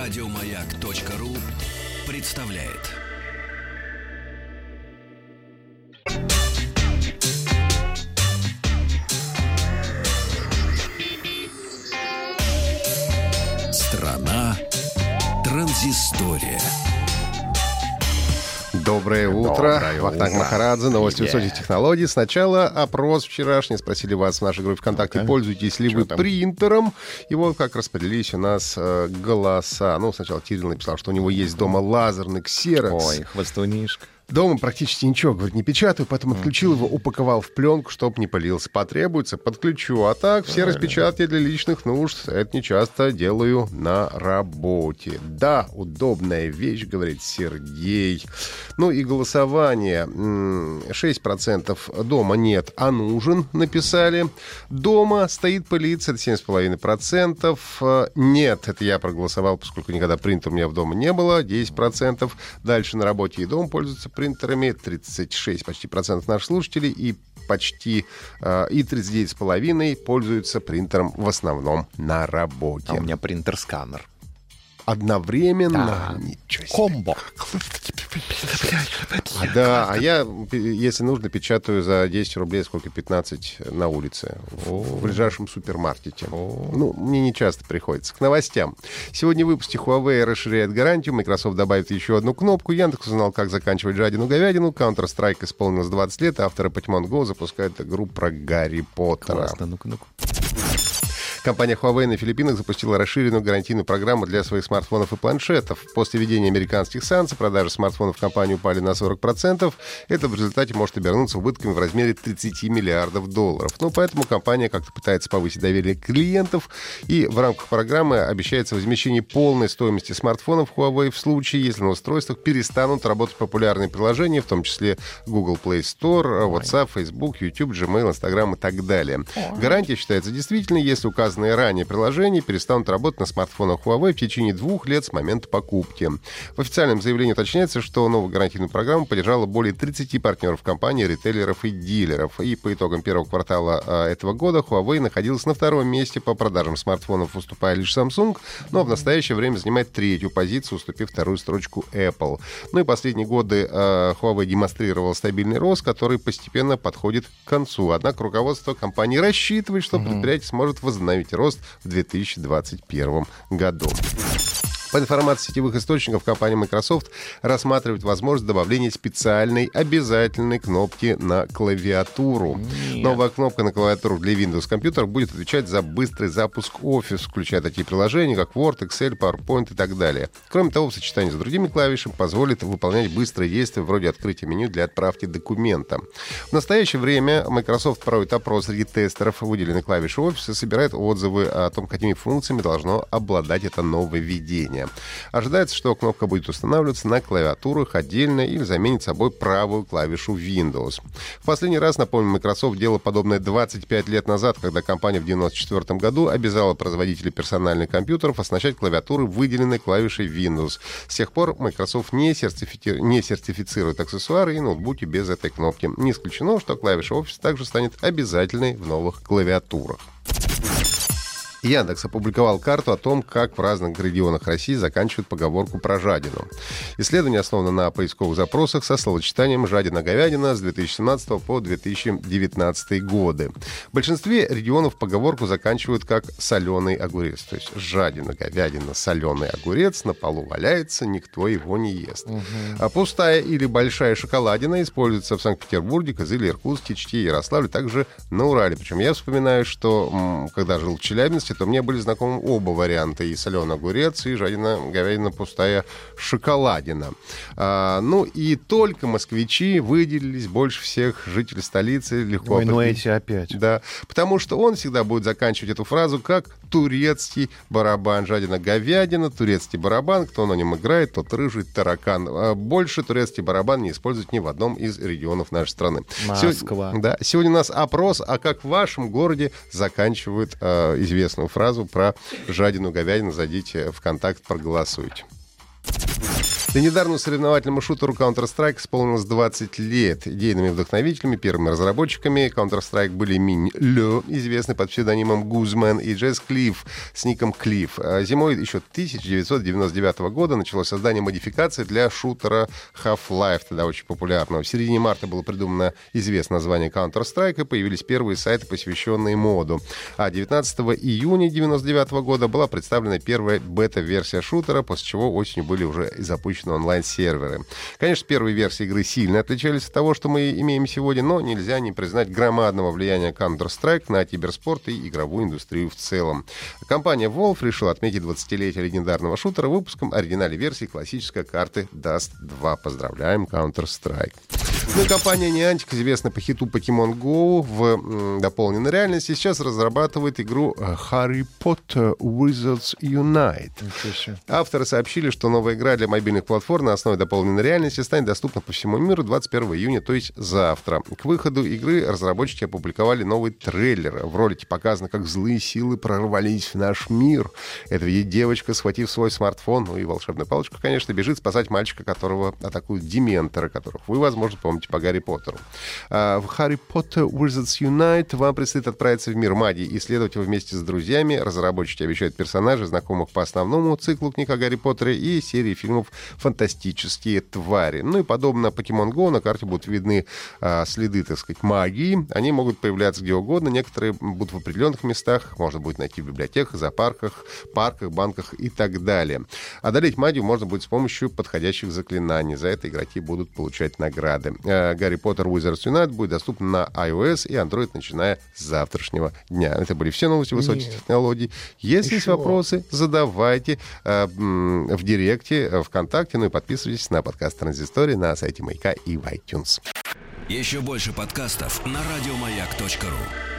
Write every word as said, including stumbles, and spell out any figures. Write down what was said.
Радиомаяк.ру представляет. Страна транзистория. Доброе утро. Доброе Вахтанг утро. Махарадзе, новости Привет. высоких технологий. Сначала опрос вчерашний. Спросили вас в нашей группе ВКонтакте, Ну-ка. пользуетесь ли Чё вы там? принтером. И вот как распределились у нас э, голоса. Ну, сначала Кирилл написал, что у него есть дома лазерный ксерокс. Ой, хвостунишка. Дома практически ничего, говорит, не печатаю, поэтому отключил его, упаковал в пленку, чтобы не пылился. Потребуется, подключу. А так, все распечатки для личных нужд, это не часто делаю на работе. Да, удобная вещь, говорит Сергей. Ну и голосование. М, шесть процентов дома нет, а нужен, написали. Дома стоит пылиться, это семь целых пять десятых процента. Э, Нет, это я проголосовал, поскольку никогда принтера у меня в дома не было, десять процентов. Дальше на работе и дом пользуются принтерами, тридцать шесть почти процентов наших слушателей, и почти э, и тридцать девять с половиной пользуются принтером в основном на работе. А у меня принтер-сканер. Одновременно. Да. Ничего себе. Комбо. А, да, а я, пи- если нужно, печатаю за десять рублей, сколько, пятнадцать на улице, в, в ближайшем супермаркете. Ну, мне не часто приходится. К новостям. Сегодня в выпуске Huawei расширяет гарантию, Microsoft добавит еще одну кнопку, Яндекс узнал, как заканчивать жадину-говядину, Counter-Strike исполнилось двадцать лет, а авторы Pokemon Go запускают игру про Гарри Поттера. Классно, ну-ка, ну-ка. Компания Huawei на Филиппинах запустила расширенную гарантийную программу для своих смартфонов и планшетов. После введения американских санкций продажи смартфонов в компании упали на сорок процентов. Это в результате может обернуться убытками в размере тридцать миллиардов долларов. Ну, поэтому компания как-то пытается повысить доверие клиентов. И в рамках программы обещается возмещение полной стоимости смартфонов Huawei в случае, если на устройствах перестанут работать популярные приложения, в том числе Google Play Store, WhatsApp, Facebook, YouTube, Gmail, Instagram и так далее. Гарантия считается действительной, если указанные ранее приложения перестанут работать на смартфонах Huawei в течение двух лет с момента покупки. В официальном заявлении уточняется, что новую гарантийную программу поддержало более тридцати партнеров компании, ритейлеров и дилеров. И по итогам первого квартала а, этого года Huawei находилась на втором месте по продажам смартфонов, уступая лишь Samsung, но в настоящее время занимает третью позицию, уступив вторую строчку Apple. Ну и последние годы а, Huawei демонстрировал стабильный рост, который постепенно подходит к концу. Однако руководство компании рассчитывает, что предприятие сможет возобновить рост в две тысячи двадцать первом году. По информации сетевых источников, компания Microsoft рассматривает возможность добавления специальной обязательной кнопки на клавиатуру. Нет. Новая кнопка на клавиатуру для Windows компьютера будет отвечать за быстрый запуск Office, включая такие приложения, как Word, Excel, PowerPoint и так далее. Кроме того, в сочетании с другими клавишами позволит выполнять быстрые действия вроде открытия меню для отправки документа. В настоящее время Microsoft проводит опрос среди тестеров выделенной клавиши Office и собирает отзывы о том, какими функциями должно обладать это нововведение. Ожидается, что кнопка будет устанавливаться на клавиатурах отдельно или заменит собой правую клавишу Windows. В последний раз, напомню, Microsoft делала подобное двадцать пять лет назад, когда компания в девяносто четвёртом году обязала производителей персональных компьютеров оснащать клавиатуры выделенной клавишей Windows. С тех пор Microsoft не, сертифи... не сертифицирует аксессуары и ноутбуки без этой кнопки. Не исключено, что клавиша Office также станет обязательной в новых клавиатурах. Яндекс опубликовал карту о том, как в разных регионах России заканчивают поговорку про жадину. Исследование основано на поисковых запросах со словосочетанием «жадина-говядина» с две тысячи семнадцатого по две тысячи девятнадцатый годы. В большинстве регионов поговорку заканчивают как «соленый огурец». То есть жадина, говядина, соленый огурец на полу валяется, никто его не ест. Угу. А пустая или большая шоколадина используется в Санкт-Петербурге, Кызыле, Иркутске, Чите, Ярославле, также на Урале. Причем я вспоминаю, что когда жил в Челябинске, то мне были знакомы оба варианта: и соленый огурец, и жадина, говядина, пустая шоколадина. А, ну и только москвичи выделились больше всех жителей столицы. Легко Ой, ну определить. эти опять. Да, потому что он всегда будет заканчивать эту фразу как турецкий барабан. Жадина, говядина, турецкий барабан. Кто на нем играет, тот рыжий таракан. А больше турецкий барабан не используют ни в одном из регионов нашей страны. Москва. Сегодня, да, сегодня у нас опрос, а как в вашем городе заканчивают э, известную фразу про жадину, говядину. Зайдите в «Контакт», проголосуйте. До недавнему соревновательному шутеру Counter-Strike исполнилось двадцать лет. Идейными вдохновителями, первыми разработчиками Counter-Strike были Минь Лё, известный под псевдонимом Гузман, и Джесс Клифф с ником Клифф. Зимой еще тысяча девятьсот девяносто девятого года началось создание модификации для шутера Half-Life, тогда очень популярного. В середине марта было придумано известное название Counter-Strike, и появились первые сайты, посвященные моду. А девятнадцатого июня девяносто девятого года была представлена первая бета-версия шутера, после чего осенью были уже запущены онлайн-серверы. Конечно, первые версии игры сильно отличались от того, что мы имеем сегодня, но нельзя не признать громадного влияния Counter-Strike на киберспорт и игровую индустрию в целом. Компания Valve решила отметить двадцатилетие легендарного шутера выпуском оригинальной версии классической карты даст два. Поздравляем, Counter-Strike. Ну и компания Niantic, известная по хиту Pokemon Go в м, дополненной реальности, сейчас разрабатывает игру Harry Potter Wizards Unite. Авторы сообщили, что новая игра для мобильных платформ на основе дополненной реальности станет доступна по всему миру двадцать первого июня, то есть завтра. К выходу игры разработчики опубликовали новый трейлер. В ролике показано, как злые силы прорвались в наш мир. Это видит девочка, схватив свой смартфон, ну и волшебную палочку, конечно, бежит спасать мальчика, которого атакуют дементоры, которых вы, возможно, помните по Гарри Поттеру. А в Harry Potter Wizards Unite вам предстоит отправиться в мир магии и исследовать его вместе с друзьями. Разработчики обещают персонажей, знакомых по основному циклу книг о Гарри Поттере и серии фильмов «Фантастические твари». Ну и подобно Pokemon Go на карте будут видны а, следы, так сказать, магии. Они могут появляться где угодно. Некоторые будут в определенных местах. Можно будет найти в библиотеках, зоопарках, парках, банках и так далее. Одолеть магию можно будет с помощью подходящих заклинаний. За это игроки будут получать награды. Гарри Поттер Wizards Unite будет доступен на iOS и Android, начиная с завтрашнего дня. Это были все новости высоких Нет. технологий. Если Еще. есть вопросы, задавайте э, в Директе, ВКонтакте, ну и подписывайтесь на подкаст «Транзистория» на сайте Маяка и в iTunes. Еще больше подкастов на радиомаяк точка ру.